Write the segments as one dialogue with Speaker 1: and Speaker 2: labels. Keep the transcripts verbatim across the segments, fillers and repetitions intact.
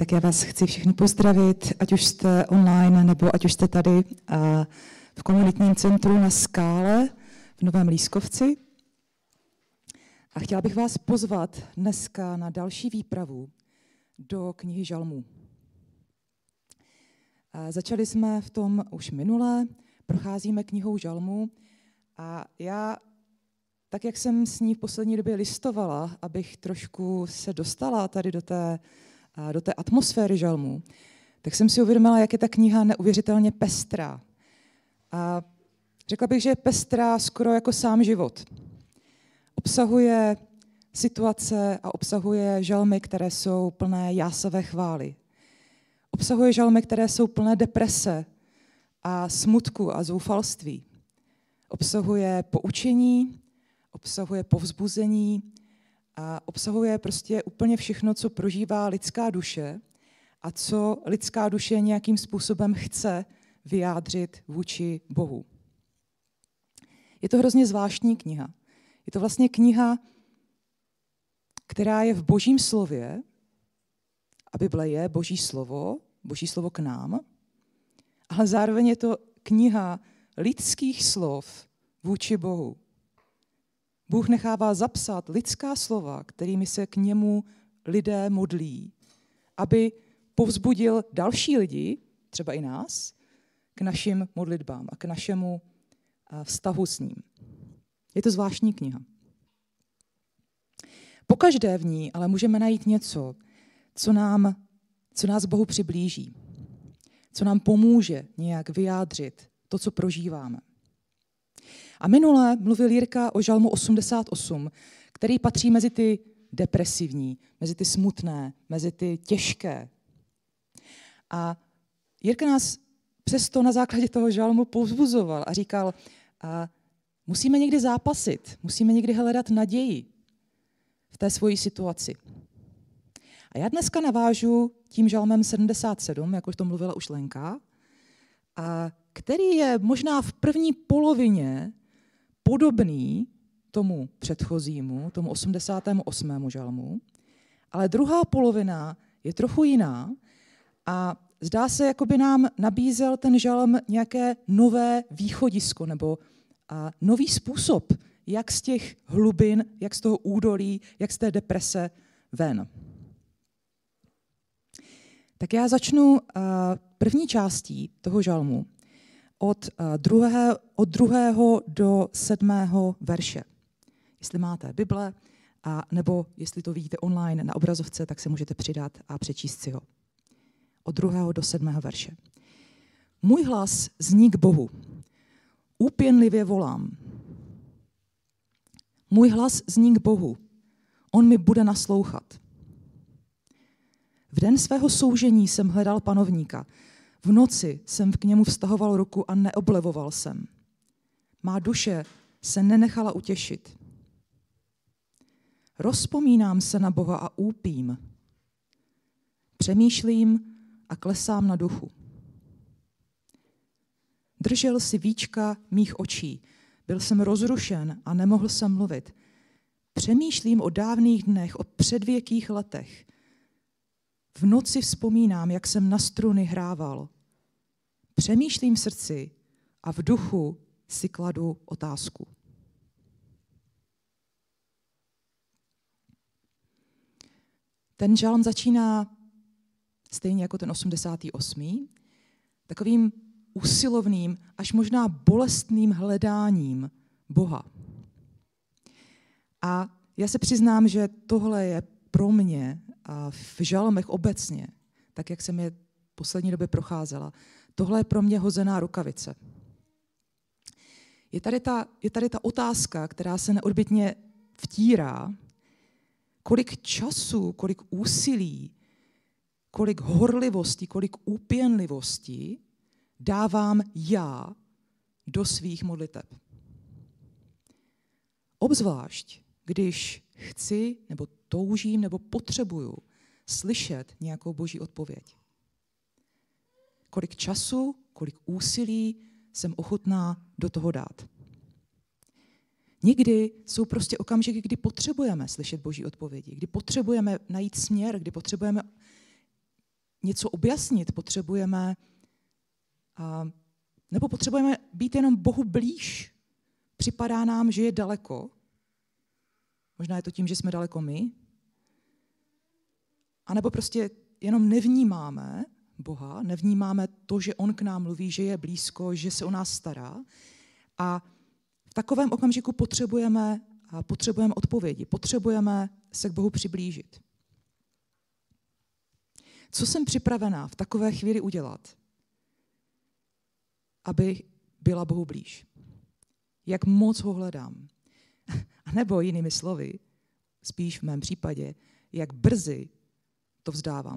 Speaker 1: Tak já vás chci všechny pozdravit, ať už jste online, nebo ať už jste tady v komunitním centru na Skále v Novém Lískovci. A chtěla bych vás pozvat dneska na další výpravu do knihy Žalmů. A začali jsme v tom už minule, procházíme knihou Žalmů a já, tak jak jsem s ní v poslední době listovala, abych trošku se dostala tady do té, do té atmosféry Žalmů, tak jsem si uvědomila, jak je ta kniha neuvěřitelně pestrá. A řekla bych, že je pestrá skoro jako sám život. Obsahuje situace a obsahuje žalmy, které jsou plné jásavé chvály. Obsahuje žalmy, které jsou plné deprese a smutku a zoufalství. Obsahuje poučení, obsahuje povzbuzení a obsahuje prostě úplně všechno, co prožívá lidská duše a co lidská duše nějakým způsobem chce vyjádřit vůči Bohu. Je to hrozně zvláštní kniha. Je to vlastně kniha, která je v Božím slově, a Bible je Boží slovo, Boží slovo k nám, ale zároveň je to kniha lidských slov vůči Bohu. Bůh nechává zapsat lidská slova, kterými se k němu lidé modlí, aby povzbudil další lidi, třeba i nás, k našim modlitbám a k našemu vztahu s ním. Je to zvláštní kniha. Pokaždé v ní ale můžeme najít něco, co, nám, co nás Bohu přiblíží, co nám pomůže nějak vyjádřit to, co prožíváme. A minule mluvil Jirka o žalmu osmdesát osm, který patří mezi ty depresivní, mezi ty smutné, mezi ty těžké. A Jirka nás přesto na základě toho žalmu povzbuzoval a říkal, a musíme někdy zápasit, musíme někdy hledat naději v té svojí situaci. A já dneska navážu tím žalmem sedmdesát sedm, jak už to mluvila už Lenka, a který je možná v první polovině podobný tomu předchozímu, tomu osmdesátému osmému žalmu, ale druhá polovina je trochu jiná a zdá se, jako by nám nabízel ten žalm nějaké nové východisko nebo a nový způsob, jak z těch hlubin, jak z toho údolí, jak z té deprese ven. Tak já začnu první částí toho žalmu od druhého, od druhého do sedmého verše. Jestli máte Bible, a nebo jestli to vidíte online na obrazovce, tak se můžete přidat a přečíst si ho. Od druhého do sedmého verše. Můj hlas zní k Bohu. Úpěnlivě volám. Můj hlas zní k Bohu. On mi bude naslouchat. V den svého soužení jsem hledal panovníka. V noci jsem k němu vztahoval ruku a neoblevoval jsem. Má duše se nenechala utěšit. Rozpomínám se na Boha a úpím. Přemýšlím a klesám na duchu. Držel si víčka mých očí. Byl jsem rozrušen a nemohl jsem mluvit. Přemýšlím o dávných dnech, o předvěkých letech. V noci vzpomínám, jak jsem na struny hrával. Přemýšlím v srdci a v duchu si kladu otázku. Ten žalm začíná stejně jako ten osmdesátý osmý takovým usilovným, až možná bolestným hledáním Boha. A já se přiznám, že tohle je pro mě a v žalmech obecně, tak jak jsem je v poslední době procházela, tohle je pro mě hozená rukavice. Je tady ta, je tady ta otázka, která se neodbytně vtírá, kolik času, kolik úsilí, kolik horlivosti, kolik úpěnlivosti dávám já do svých modliteb. Obzvlášť, když chci, nebo toužím, nebo potřebuju slyšet nějakou boží odpověď. Kolik času, kolik úsilí jsem ochotná do toho dát. Někdy jsou prostě okamžiky, kdy potřebujeme slyšet boží odpovědi, kdy potřebujeme najít směr, kdy potřebujeme něco objasnit, potřebujeme, a, nebo potřebujeme být jenom Bohu blíž. Připadá nám, že je daleko. Možná je to tím, že jsme daleko my. A nebo prostě jenom nevnímáme Boha, nevnímáme to, že on k nám mluví, že je blízko, že se o nás stará. A v takovém okamžiku potřebujeme, potřebujeme odpovědi, potřebujeme se k Bohu přiblížit. Co jsem připravená v takové chvíli udělat, aby byla Bohu blíž? Jak moc ho hledám? A nebo jinými slovy, spíš v mém případě, jak brzy to vzdávám.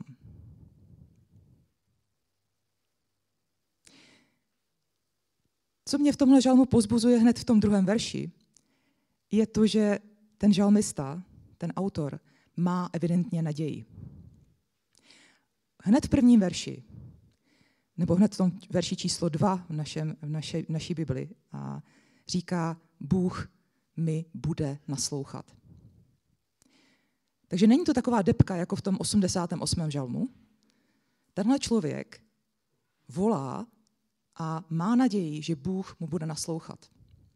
Speaker 1: Co mě v tomhle žalmu pozbuzuje hned v tom druhém verši, je to, že ten žalmista, ten autor, má evidentně naději. Hned v prvním verši, nebo hned v tom verši číslo dva v, našem, v, naše, v naší Bibli, a říká, Bůh mi bude naslouchat. Takže není to taková debka, jako v tom osmdesátém osmém žalmu. Tenhle člověk volá a má naději, že Bůh mu bude naslouchat.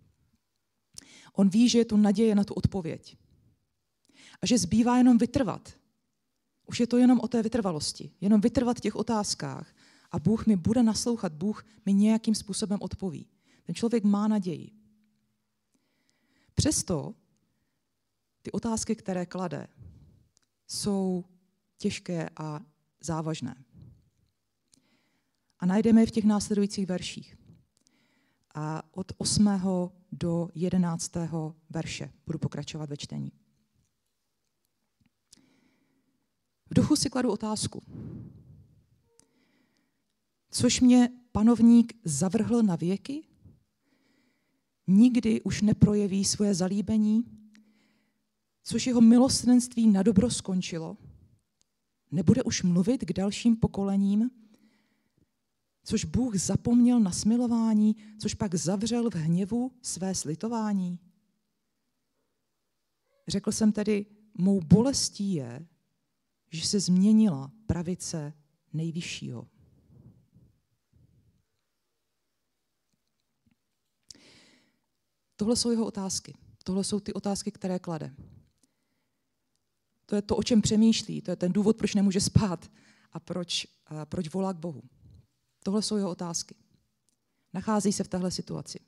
Speaker 1: On ví, že je tu naděje na tu odpověď. A že zbývá jenom vytrvat. Už je to jenom o té vytrvalosti. Jenom vytrvat v těch otázkách. A Bůh mi bude naslouchat. Bůh mi nějakým způsobem odpoví. Ten člověk má naději. Přesto ty otázky, které klade, jsou těžké a závažné. A najdeme je v těch následujících verších. A od osmého do jedenáctého verše budu pokračovat ve čtení. V duchu si kladu otázku. Což mě panovník zavrhl na věky? Nikdy už neprojeví svoje zalíbení? Což jeho milosrdenství na dobro skončilo? Nebude už mluvit k dalším pokolením? Což Bůh zapomněl na smilování, což pak zavřel v hněvu své slitování? Řekl jsem tedy, mou bolestí je, že se změnila pravice nejvyššího. Tohle jsou jeho otázky. Tohle jsou ty otázky, které klade. To je to, o čem přemýšlí. To je ten důvod, proč nemůže spát a proč, a proč volá k Bohu. Tohle jsou jeho otázky. Nachází se v téhle situaci.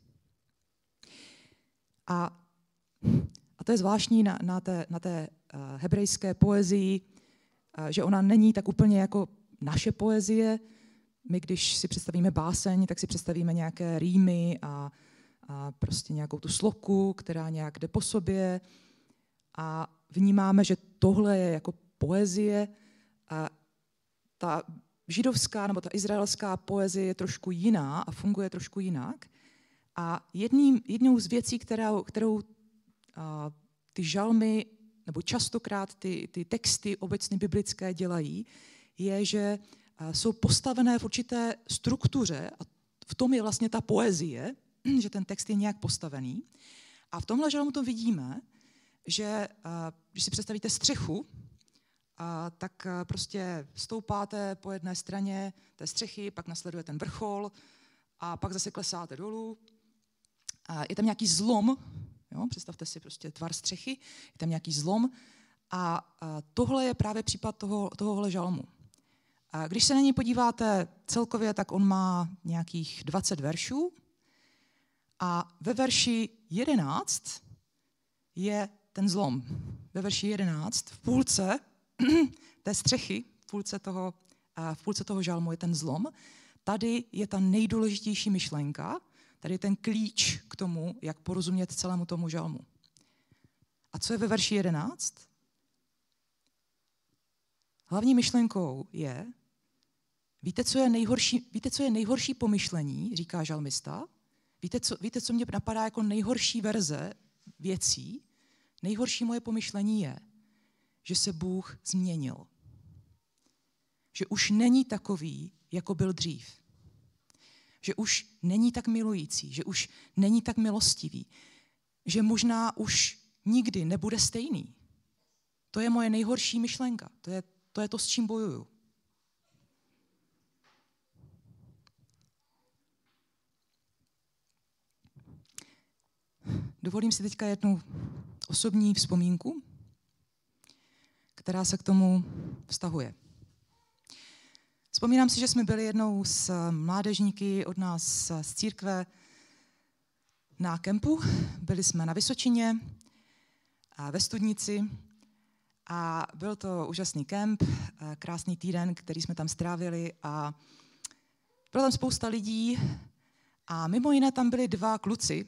Speaker 1: A, a to je zvláštní na, na té, na té uh, hebrejské poezii, uh, že ona není tak úplně jako naše poezie. My, když si představíme báseň, tak si představíme nějaké rýmy a, a prostě nějakou tu sloku, která nějak jde po sobě. A vnímáme, že tohle je jako poezie. A ta židovská nebo ta izraelská poezie je trošku jiná a funguje trošku jinak. A jedním, jednou z věcí, kterou, kterou a, ty žalmy, nebo častokrát ty, ty texty obecně biblické dělají, je, že a, jsou postavené v určité struktuře a v tom je vlastně ta poezie, že ten text je nějak postavený. A v tomhle žalmu to vidíme, že a, když si představíte střechu, a tak prostě stoupáte po jedné straně té střechy, pak nasleduje ten vrchol a pak zase klesáte dolů. A je tam nějaký zlom, jo? Představte si prostě tvar střechy, je tam nějaký zlom a, a tohle je právě případ toho, tohohle žalmu. A když se na něj podíváte celkově, tak on má nějakých dvacet veršů a ve verši jedenáct je ten zlom. Ve verši jedenáct v půlce té střechy, v půlce toho, v půlce toho žalmu je ten zlom. Tady je ta nejdůležitější myšlenka, tady je ten klíč k tomu, jak porozumět celému tomu žalmu. A co je ve verši jedenáct? Hlavní myšlenkou je, víte, co je nejhorší, víte, co je nejhorší pomyšlení, říká žalmista? Víte co, víte, co mě napadá jako nejhorší verze věcí? Nejhorší moje pomyšlení je, že se Bůh změnil. Že už není takový, jako byl dřív. Že už není tak milující, že už není tak milostivý. Že možná už nikdy nebude stejný. To je moje nejhorší myšlenka. To je to, je to s čím bojuju. dovolím si teďka jednu osobní vzpomínku, která se k tomu vztahuje. Vzpomínám si, že jsme byli jednou s mládežníky od nás z církve na kempu. Byli jsme na Vysočině a ve Studnici a byl to úžasný kemp, krásný týden, který jsme tam strávili a bylo tam spousta lidí a mimo jiné tam byli dva kluci,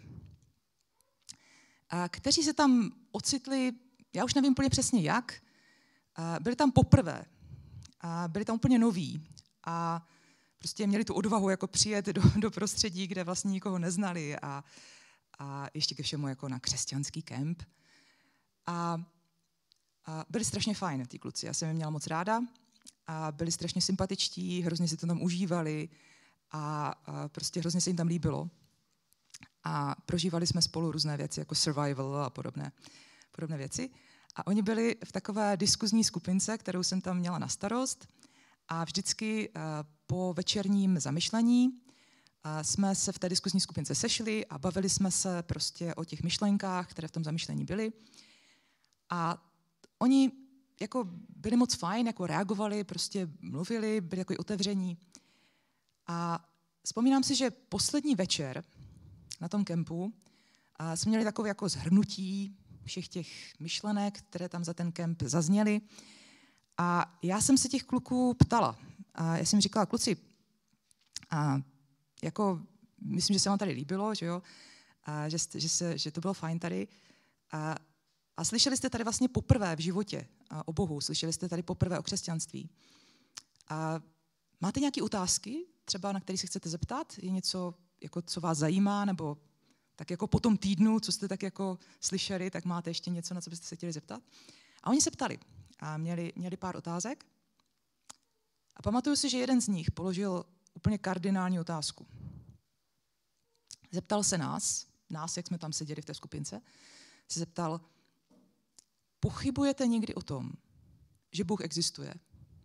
Speaker 1: kteří se tam ocitli, já už nevím úplně přesně jak, byli tam poprvé a byli tam úplně noví a prostě měli tu odvahu jako přijet do, do prostředí, kde vlastně nikoho neznali a, a ještě ke všemu jako na křesťanský kemp. A, a byli strašně fajn, ty kluci, já jsem je měla moc ráda a byli strašně sympatičtí, hrozně si to tam užívali a, a prostě hrozně se jim tam líbilo. A prožívali jsme spolu různé věci, jako survival a podobné, podobné věci. A oni byli v takové diskuzní skupince, kterou jsem tam měla na starost. A vždycky uh, po večerním zamyšlení uh, jsme se v té diskuzní skupince sešli a bavili jsme se prostě o těch myšlenkách, které v tom zamyšlení byly. A oni jako byli moc fajn, jako reagovali, prostě mluvili, byli jako otevření. A vzpomínám si, že poslední večer na tom kempu uh, jsme měli takové jako shrnutí všech těch myšlenek, které tam za ten kemp zazněly. A já jsem se těch kluků ptala. A já jsem říkala, kluci, a jako, myslím, že se vám tady líbilo, že jo, a že, že, se, že to bylo fajn tady. A, a slyšeli jste tady vlastně poprvé v životě a o Bohu, slyšeli jste tady poprvé o křesťanství. A máte nějaké otázky, třeba na které se chcete zeptat? Je něco, jako, co vás zajímá, nebo tak jako po tom týdnu, co jste tak jako slyšeli, tak máte ještě něco, na co byste se chtěli zeptat? A oni se ptali a měli, měli pár otázek. A pamatuju si, že jeden z nich položil úplně kardinální otázku. Zeptal se nás, nás, jak jsme tam seděli v té skupince, se zeptal, pochybujete někdy o tom, že Bůh existuje?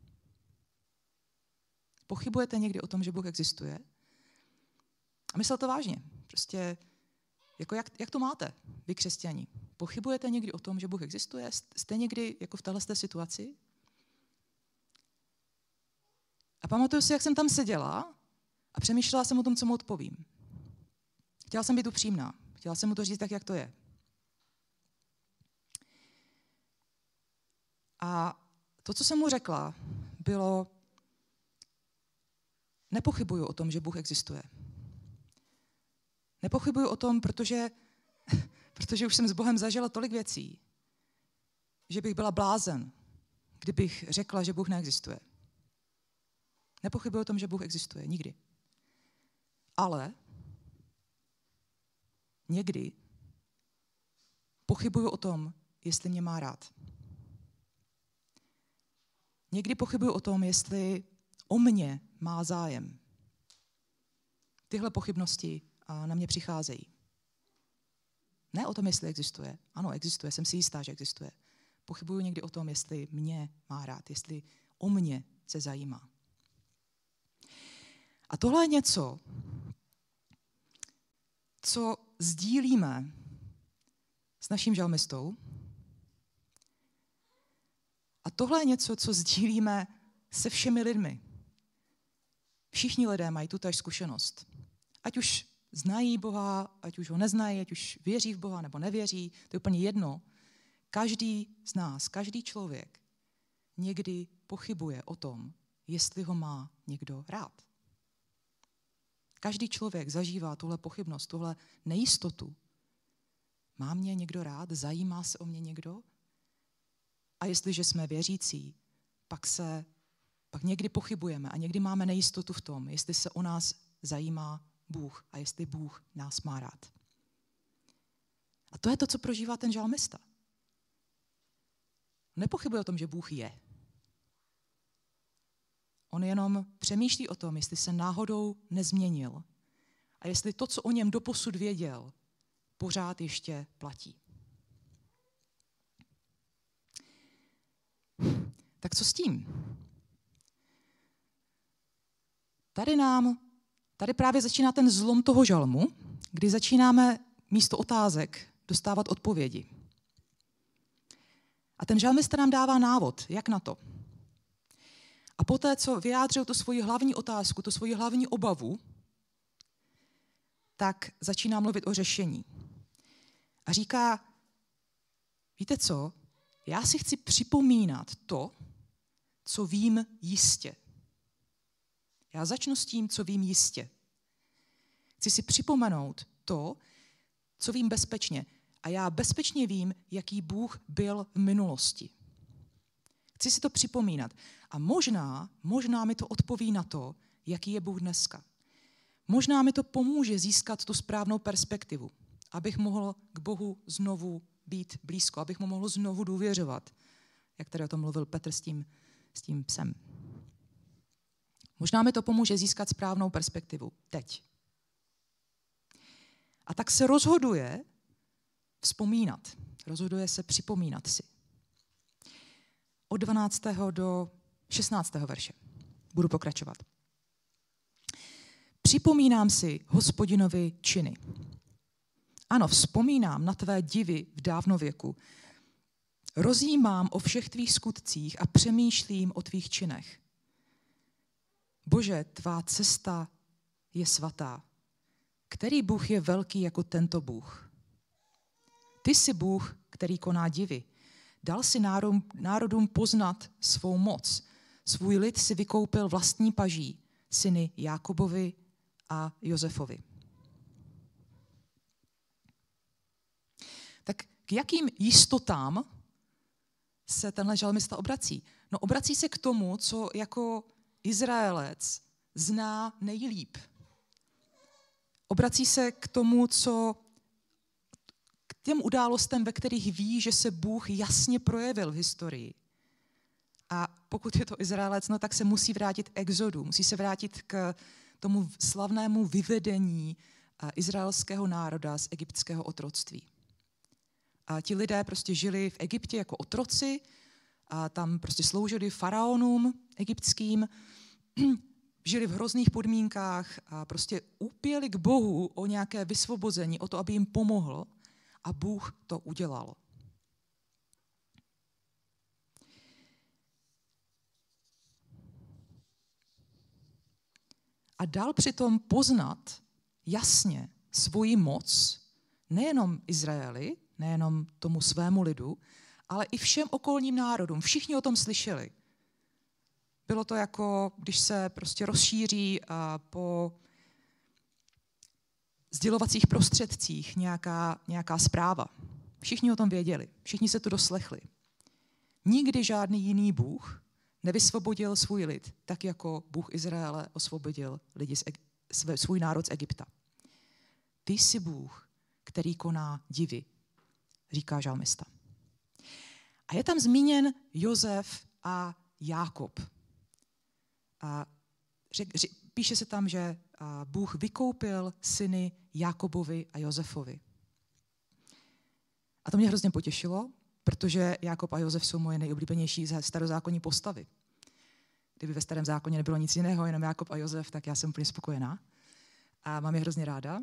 Speaker 1: Pochybujete někdy o tom, že Bůh existuje? A myslel to vážně. Prostě Jako jak, jak to máte, vy křesťaní? Pochybujete někdy o tom, že Bůh existuje? Jste někdy jako v této situaci? A pamatuju si, jak jsem tam seděla a přemýšlela jsem o tom, co mu odpovím. Chtěla jsem být upřímná. Chtěla jsem mu to říct tak, jak to je. A to, co jsem mu řekla, bylo, nepochybuju o tom, že Bůh existuje. Nepochybuju o tom, protože, protože už jsem s Bohem zažila tolik věcí, že bych byla blázen, kdybych řekla, že Bůh neexistuje. Nepochybuju o tom, že Bůh existuje. Nikdy. Ale někdy pochybuju o tom, jestli mě má rád. Někdy pochybuju o tom, jestli o mě má zájem. Tyhle pochybnosti na mě přicházejí. Ne o tom, jestli existuje. Ano, existuje, jsem si jistá, že existuje. Pochybuju někdy o tom, jestli mě má rád, jestli o mě se zajímá. A tohle je něco, co sdílíme s naším žalmistou. A tohle je něco, co sdílíme se všemi lidmi. Všichni lidé mají tutéž zkušenost. Ať už znají Boha, ať už ho neznají, ať už věří v Boha nebo nevěří, to je úplně jedno. Každý z nás, každý člověk někdy pochybuje o tom, jestli ho má někdo rád. Každý člověk zažívá tuhle pochybnost, tuhle nejistotu. Má mě někdo rád? Zajímá se o mě někdo? A jestliže jsme věřící, pak se pak někdy pochybujeme a někdy máme nejistotu v tom, jestli se o nás zajímá Bůh a jestli Bůh nás má rád. A to je to, co prožívá ten žalmista. Nepochybuje o tom, že Bůh je. On jenom přemýšlí o tom, jestli se náhodou nezměnil a jestli to, co o něm doposud věděl, pořád ještě platí. Tak co s tím? Tady nám, tady právě začíná ten zlom toho žalmu, kdy začínáme místo otázek dostávat odpovědi. A ten žalmista nám dává návod, jak na to. A poté, co vyjádřil tu svoji hlavní otázku, tu svoji hlavní obavu, tak začíná mluvit o řešení. A říká, víte co, já si chci připomínat to, co vím jistě. Já začnu s tím, co vím jistě. Chci si připomenout to, co vím bezpečně. A já bezpečně vím, jaký Bůh byl v minulosti. Chci si to připomínat. A možná, možná mi to odpoví na to, jaký je Bůh dneska. Možná mi to pomůže získat tu správnou perspektivu, abych mohl k Bohu znovu být blízko, abych mu mohl znovu důvěřovat, jak tady o tom mluvil Petr s tím, s tím psem. Možná mi to pomůže získat správnou perspektivu teď. A tak se rozhoduje vzpomínat. Rozhoduje se připomínat si. Od dvanáctého do šestnáctého verše. Budu pokračovat. Připomínám si Hospodinovi činy. Ano, vzpomínám na tvé divy v dávnověku. Rozjímám o všech tvých skutcích a přemýšlím o tvých činech. Bože, tvá cesta je svatá. Který Bůh je velký jako tento Bůh? Ty jsi Bůh, který koná divy. Dal si národům poznat svou moc. Svůj lid si vykoupil vlastní paží, syny Jákobovi a Josefovi. Tak k jakým jistotám se tenhle žalmista obrací? No obrací se k tomu, co jako Izraelec zná nejlíp. Obrací se k tomu, co k těm událostem, ve kterých ví, že se Bůh jasně projevil v historii. A pokud je to Izraelec, no tak se musí vrátit k exodu, musí se vrátit k tomu slavnému vyvedení izraelského národa z egyptského otroctví. A ti lidé prostě žili v Egyptě jako otroci, a tam prostě sloužili faraonům egyptským, žili v hrozných podmínkách a prostě úpěli k Bohu o nějaké vysvobození, o to, aby jim pomohl, a Bůh to udělal. A dal přitom poznat jasně svoji moc nejenom Izraeli, nejenom tomu svému lidu, ale i všem okolním národům. Všichni o tom slyšeli. Bylo to jako, když se prostě rozšíří po sdělovacích prostředcích nějaká, nějaká zpráva. Všichni o tom věděli, všichni se to doslechli. Nikdy žádný jiný Bůh nevysvobodil svůj lid, tak jako Bůh Izraele osvobodil lidi z Egy- svůj národ z Egypta. Ty jsi Bůh, který koná divy, říká žalmista. A je tam zmíněn Josef a Jákob. A řek, řek, píše se tam, že Bůh vykoupil syny Jákobovi a Josefovi. A to mě hrozně potěšilo, protože Jákob a Josef jsou moje nejoblíbenější starozákonní postavy. Kdyby ve starém zákoně nebylo nic jiného, jenom Jákob a Josef, tak já jsem úplně spokojená. A mám je hrozně ráda.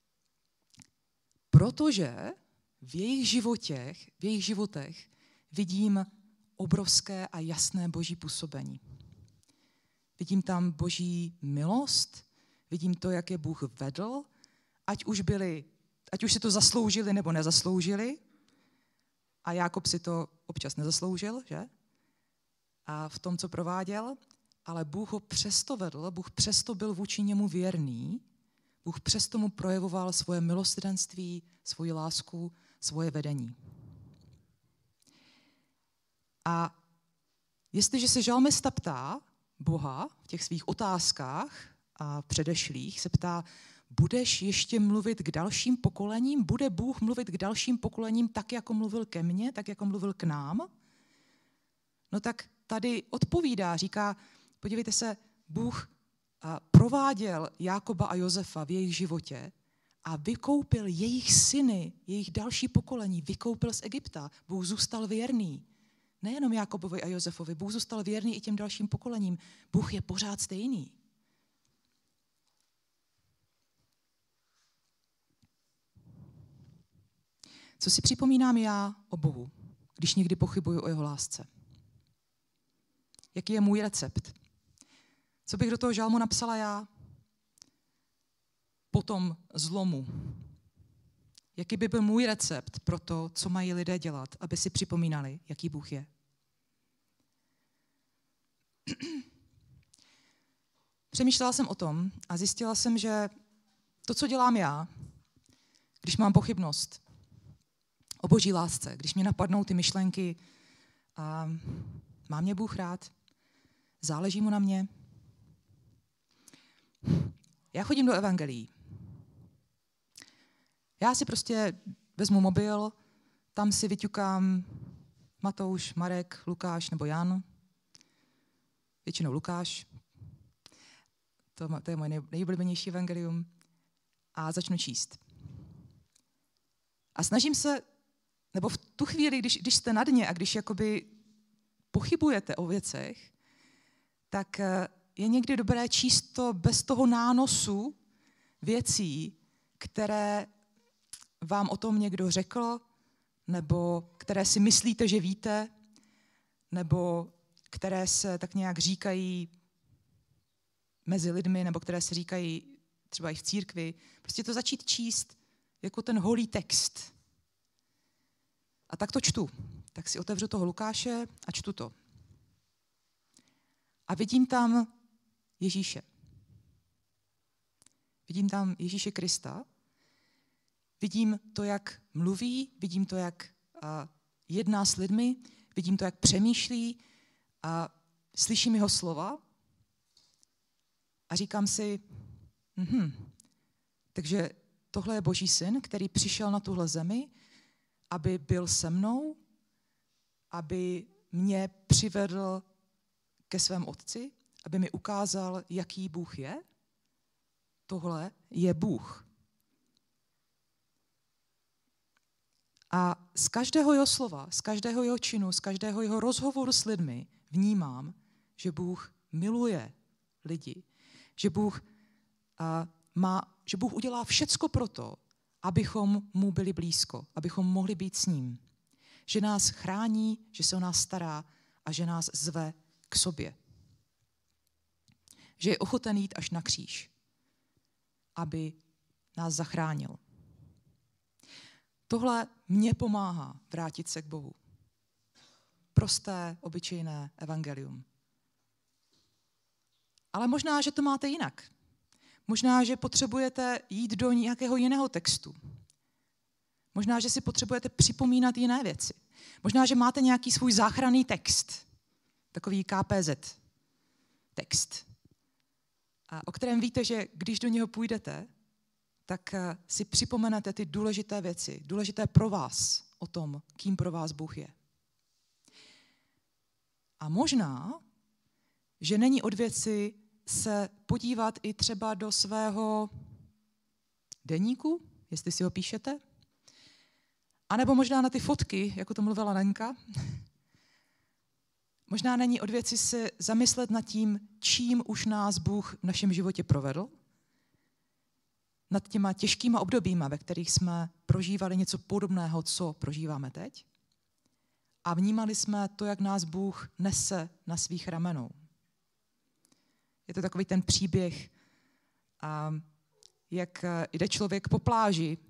Speaker 1: Protože v jejich životech, v jejich životech vidím obrovské a jasné boží působení. Vidím tam boží milost, vidím to, jak je Bůh vedl, ať už byli, ať už si to zasloužili nebo nezasloužili. A Jákob si to občas nezasloužil, že? A v tom, co prováděl, ale Bůh ho přesto vedl, Bůh přesto byl vůči němu věrný, Bůh přesto mu projevoval svoje milosrdenství, svoji lásku, svoje vedení. A jestliže se žalmista ptá Boha v těch svých otázkách a předešlých, se ptá, budeš ještě mluvit k dalším pokolením? Bude Bůh mluvit k dalším pokolením tak, jako mluvil ke mně, tak, jako mluvil k nám? No tak tady odpovídá, říká, podívejte se, Bůh prováděl Jákoba a Josefa v jejich životě a vykoupil jejich syny, jejich další pokolení, vykoupil z Egypta. Bůh zůstal věrný. Nejenom Jákobovi a Josefovi, Bůh zůstal věrný i těm dalším pokolením. Bůh je pořád stejný. Co si připomínám já o Bohu, když někdy pochybuju o jeho lásce? Jaký je můj recept? Co bych do toho žalmu napsala já? Po tom zlomu. Jaký by byl můj recept pro to, co mají lidé dělat, aby si připomínali, jaký Bůh je? Přemýšlela jsem o tom a zjistila jsem, že to, co dělám já, když mám pochybnost o Boží lásce, když mě napadnou ty myšlenky, a má mě Bůh rád, záleží mu na mě. Já chodím do evangelií. Já si prostě vezmu mobil, tam si vyťukám Matouš, Marek, Lukáš nebo Jan. Většinou Lukáš. To, to je moje nejoblíbenější evangelium. A začnu číst. A snažím se, nebo v tu chvíli, když, když jste na dně a když jakoby pochybujete o věcech, tak je někdy dobré číst to bez toho nánosu věcí, které vám o tom někdo řekl, nebo které si myslíte, že víte, nebo které se tak nějak říkají mezi lidmi, nebo které se říkají třeba i v církvi. Prostě to začít číst jako ten holý text. A tak to čtu. Tak si otevřu toho Lukáše a čtu to. A vidím tam Ježíše. Vidím tam Ježíše Krista. Vidím to, jak mluví, vidím to, jak jedná s lidmi, vidím to, jak přemýšlí a slyším jeho slova a říkám si, mhm, takže tohle je Boží syn, který přišel na tuhle zemi, aby byl se mnou, aby mě přivedl ke svému otci, aby mi ukázal, jaký Bůh je. Tohle je Bůh. A z každého jeho slova, z každého jeho činu, z každého jeho rozhovoru s lidmi vnímám, že Bůh miluje lidi. Že Bůh, a, má, že Bůh udělá všecko proto, abychom mu byli blízko, abychom mohli být s ním. Že nás chrání, že se o nás stará a že nás zve k sobě. Že je ochoten jít až na kříž, aby nás zachránil. Tohle mě pomáhá vrátit se k Bohu. Prosté, obyčejné evangelium. Ale možná, že to máte jinak. Možná, že potřebujete jít do nějakého jiného textu. Možná, že si potřebujete připomínat jiné věci. Možná, že máte nějaký svůj záchranný text. Takový K P Z text. A o kterém víte, že když do něho půjdete, tak si připomenete ty důležité věci, důležité pro vás o tom, kým pro vás Bůh je. A možná, že není od věci se podívat i třeba do svého deníku, jestli si ho píšete, anebo možná na ty fotky, jako to mluvila Lenka. Možná není od věci se zamyslet nad tím, čím už nás Bůh v našem životě provedl, nad těma těžkýma obdobíma, ve kterých jsme prožívali něco podobného, co prožíváme teď. A vnímali jsme to, jak nás Bůh nese na svých ramenou. Je to takový ten příběh, jak jde člověk po pláži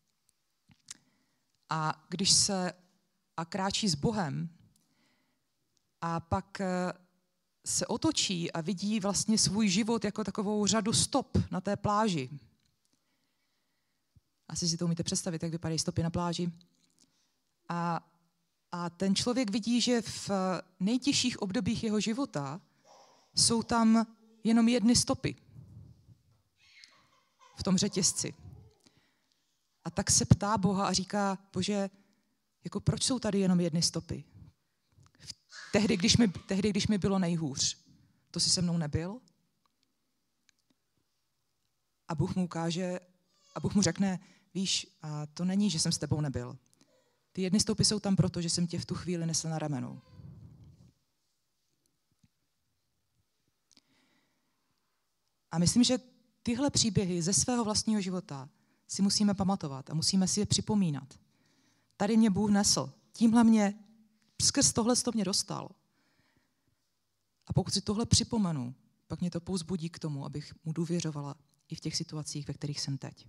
Speaker 1: a když se a kráčí s Bohem a pak se otočí a vidí vlastně svůj život jako takovou řadu stop na té pláži. Asi si to umíte představit, jak vypadají stopy na pláži. A, a ten člověk vidí, že v nejtěžších obdobích jeho života jsou tam jenom jedny stopy v tom řetězci. A tak se ptá Boha a říká, Bože, jako proč jsou tady jenom jedny stopy? Tehdy, když mi, tehdy, když mi bylo nejhůř, to jsi se mnou nebyl? A Bůh mu ukáže, a Bůh mu řekne, víš, a to není, že jsem s tebou nebyl. Ty jedny stopy jsou tam proto, že jsem tě v tu chvíli nesl na ramenu. A myslím, že tyhle příběhy ze svého vlastního života si musíme pamatovat a musíme si je připomínat. tady mě Bůh nesl. Tímhle mě, skrz tohle to mě dostal. A pokud si tohle připomenu, pak mě to povzbudí k tomu, abych mu důvěřovala i v těch situacích, ve kterých jsem teď.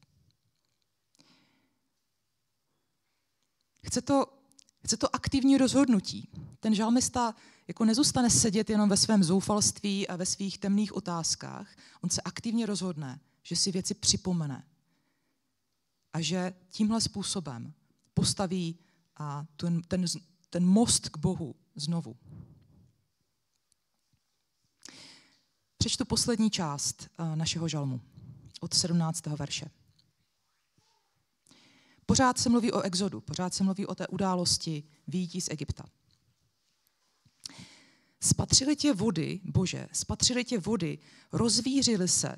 Speaker 1: Chce to, chce to aktivní rozhodnutí. Ten žalmista jako nezůstane sedět jenom ve svém zoufalství a ve svých temných otázkách. On se aktivně rozhodne, že si věci připomene. A že tímhle způsobem postaví a ten, ten, ten most k Bohu znovu. Přečtu poslední část našeho žalmu od sedmnáctého verše. Pořád se mluví o exodu, pořád se mluví o té události vyjití z Egypta. Spatřili tě vody, Bože, spatřili tě vody, rozvířily se,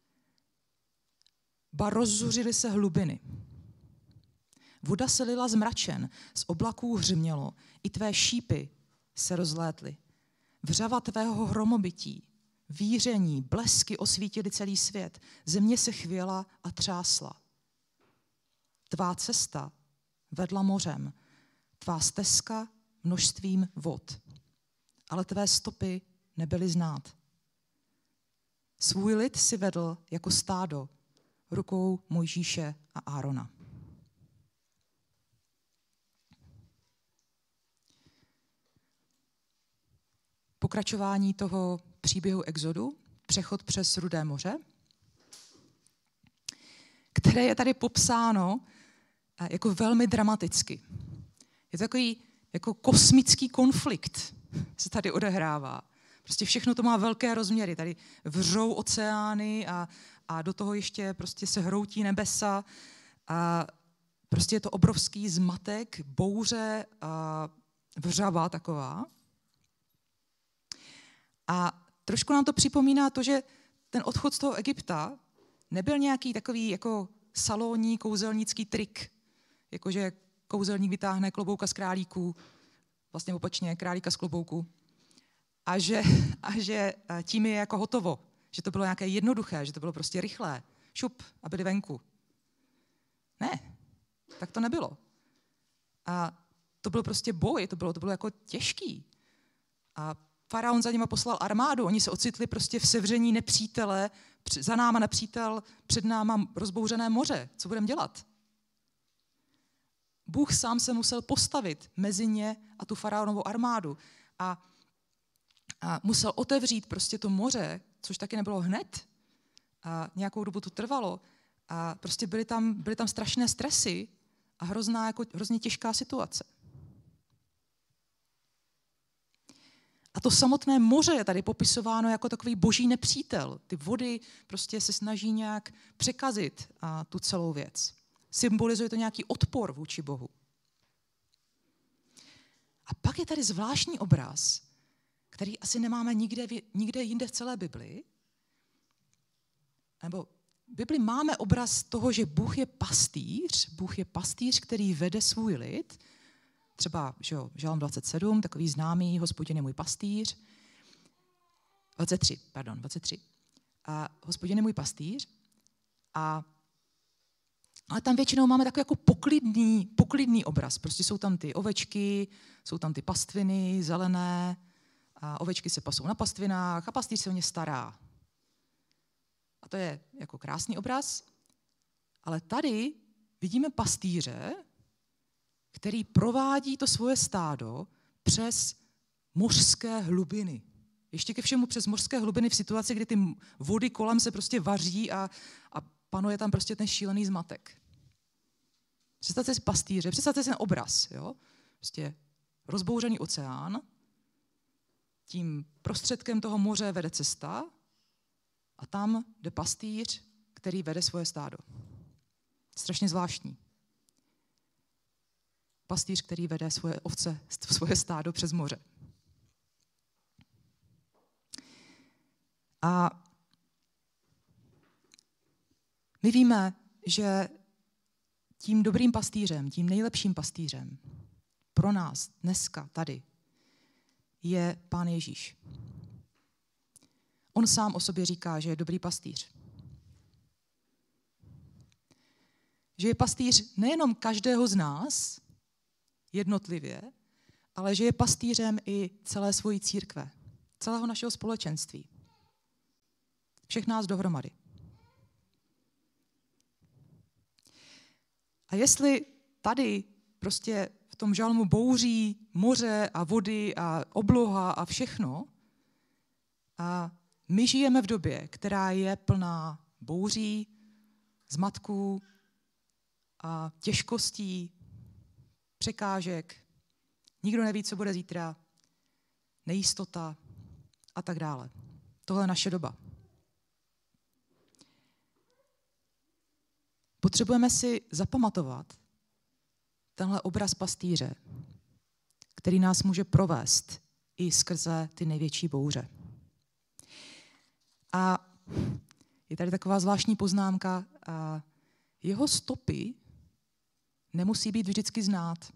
Speaker 1: ba rozzuřily se hlubiny. Voda se lila z mračen, z oblaků hřmělo, i tvé šípy se rozlétly. Vřava tvého hromobytí, víření, blesky osvítily celý svět, země se chvěla a třásla. Tvá cesta vedla mořem, tvá stezka množstvím vod, ale tvé stopy nebyly znát. Svůj lid si vedl jako stádo rukou Mojžíše a Árona. Pokračování toho příběhu exodu, přechod přes Rudé moře, které je tady popsáno jako velmi dramaticky. Je to takový jako kosmický konflikt se tady odehrává. Prostě všechno to má velké rozměry. Tady vřou oceány a, a do toho ještě prostě se hroutí nebesa. A prostě je to obrovský zmatek, bouře a vřava taková. A trošku nám to připomíná to, že ten odchod z toho Egypta nebyl nějaký takový jako salonní kouzelnický trik, jakože kouzelník vytáhne klobouka z králíků, vlastně opačně králíka z klobouku, a že, a že tím je jako hotovo, že to bylo nějaké jednoduché, že to bylo prostě rychlé, šup a byli venku. Ne, tak to nebylo. A to byl prostě boj, to bylo, to bylo jako těžký. A faraon za nima poslal armádu, oni se ocitli prostě v sevření nepřítele, za náma nepřítel, před náma rozbouřené moře. Co budeme dělat? Bůh sám se musel postavit mezi ně a tu faraonovou armádu a, a musel otevřít prostě to moře, což taky nebylo hned. A nějakou dobu to trvalo a prostě byly tam, byly tam strašné stresy a hrozná, jako, hrozně těžká situace. A to samotné moře je tady popisováno jako takový boží nepřítel. Ty vody prostě se snaží nějak překazit a tu celou věc. Symbolizuje to nějaký odpor vůči Bohu. A pak je tady zvláštní obraz, který asi nemáme nikde, nikde jinde v celé Bibli. Nebo v Bibli máme obraz toho, že Bůh je pastýř, Bůh je pastýř, který vede svůj lid. Třeba že jo, Žalm dvacet sedm, takový známý, Hospodin je můj pastýř. dvacet tři, pardon, dvacet tři. A Hospodin je můj pastýř. A, ale tam většinou máme takový jako poklidný, poklidný obraz. Prostě jsou tam ty ovečky, jsou tam ty pastviny zelené, a ovečky se pasou na pastvinách a pastýř se o ně stará. A to je jako krásný obraz. Ale tady vidíme pastýře, který provádí to svoje stádo přes mořské hlubiny. Ještě ke všemu přes mořské hlubiny v situaci, kdy ty vody kolem se prostě vaří a, a panuje tam prostě ten šílený zmatek. Představte si pastýře, představte si ten obraz. Jo? Prostě rozbouřený oceán, tím prostředkem toho moře vede cesta a tam jde pastýř, který vede svoje stádo. Strašně zvláštní. Pastýř, který vede svoje ovce, svoje stádo přes moře. A my víme, že tím dobrým pastýřem, tím nejlepším pastýřem pro nás dneska tady je Pán Ježíš. On sám o sobě říká, že je dobrý pastýř. Že je pastýř nejenom každého z nás, jednotlivě, ale že je pastýřem i celé svojí církve, celého našeho společenství. Všech nás dohromady. A jestli tady prostě v tom žalmu bouří moře a vody a obloha a všechno, a my žijeme v době, která je plná bouří, zmatků a těžkostí, překážek, nikdo neví, co bude zítra, nejistota a tak dále. Tohle je naše doba. Potřebujeme si zapamatovat tenhle obraz pastýře, který nás může provést i skrze ty největší bouře. A je tady taková zvláštní poznámka, a jeho stopy nemusí být vždycky znát.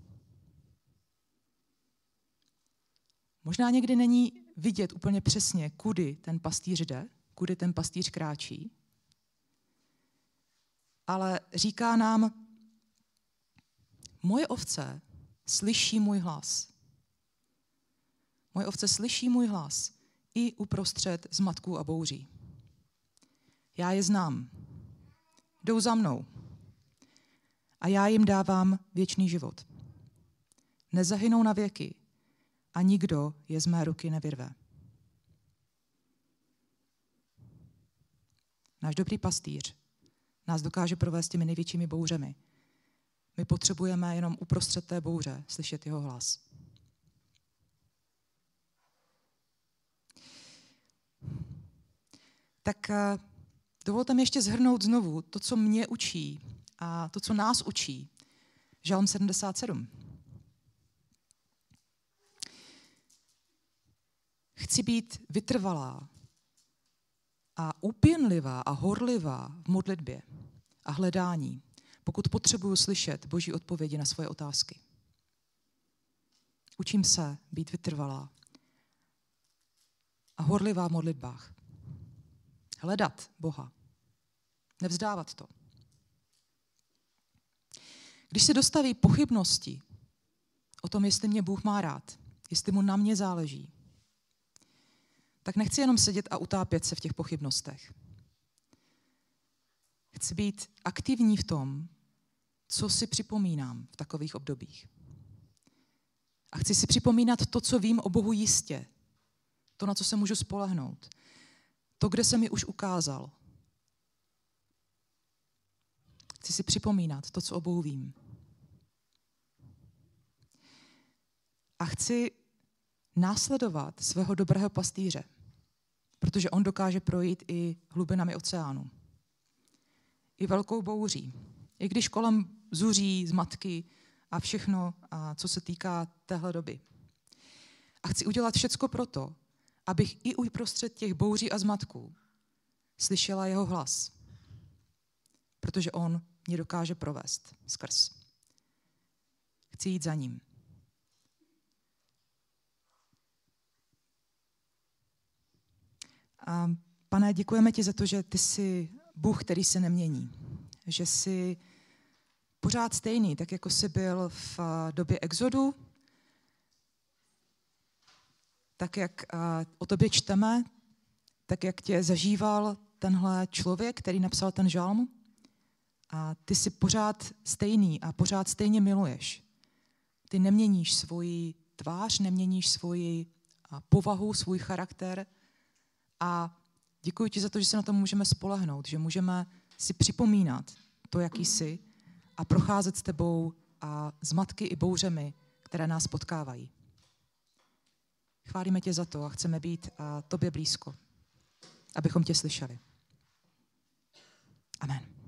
Speaker 1: Možná někdy není vidět úplně přesně, kudy ten pastýř jde, kudy ten pastýř kráčí, ale říká nám, moje ovce slyší můj hlas. Moje ovce slyší můj hlas i uprostřed zmatků a bouří. Já je znám. Jdou za mnou. A já jim dávám věčný život. Nezahynou na věky a nikdo je z mé ruky nevyrve. Náš dobrý pastýř nás dokáže provést těmi největšími bouřemi. My potřebujeme jenom uprostřed té bouře slyšet jeho hlas. Tak dovolte mi ještě shrnout znovu to, co mě učí a to, co nás učí. Žalm sedmdesát sedm. Chci být vytrvalá a úpěnlivá a horlivá v modlitbě a hledání, pokud potřebuju slyšet Boží odpovědi na svoje otázky. Učím se být vytrvalá a horlivá v modlitbách. Hledat Boha. Nevzdávat to. Když se dostaví pochybnosti o tom, jestli mě Bůh má rád, jestli mu na mě záleží, tak nechci jenom sedět a utápět se v těch pochybnostech. Chci být aktivní v tom, co si připomínám v takových obdobích. A chci si připomínat to, co vím o Bohu jistě. To, na co se můžu spolehnout. To, kde se mi už ukázal. Chci si připomínat to, co o Bohu vím. A chci následovat svého dobrého pastýře, protože on dokáže projít i hlubinami oceánu. I velkou bouří. I když kolem zuří, zmatky a všechno, a co se týká téhle doby. A chci udělat všecko proto, abych i uprostřed těch bouří a zmatků slyšela jeho hlas. Protože on mě dokáže provést skrz. Chci jít za ním. A Pane, děkujeme ti za to, že ty jsi Bůh, který se nemění. Že jsi pořád stejný, tak jako jsi byl v době exodu, tak jak o tobě čteme, tak jak tě zažíval tenhle člověk, který napsal ten žalm. A ty jsi pořád stejný a pořád stejně miluješ. Ty neměníš svoji tvář, neměníš svoji povahu, svůj charakter. A děkuji ti za to, že se na to můžeme spolehnout, že můžeme si připomínat to, jaký jsi, a procházet s tebou a zmatky i bouřemi, které nás potkávají. Chválíme tě za to a chceme být a tobě blízko, abychom tě slyšeli. Amen.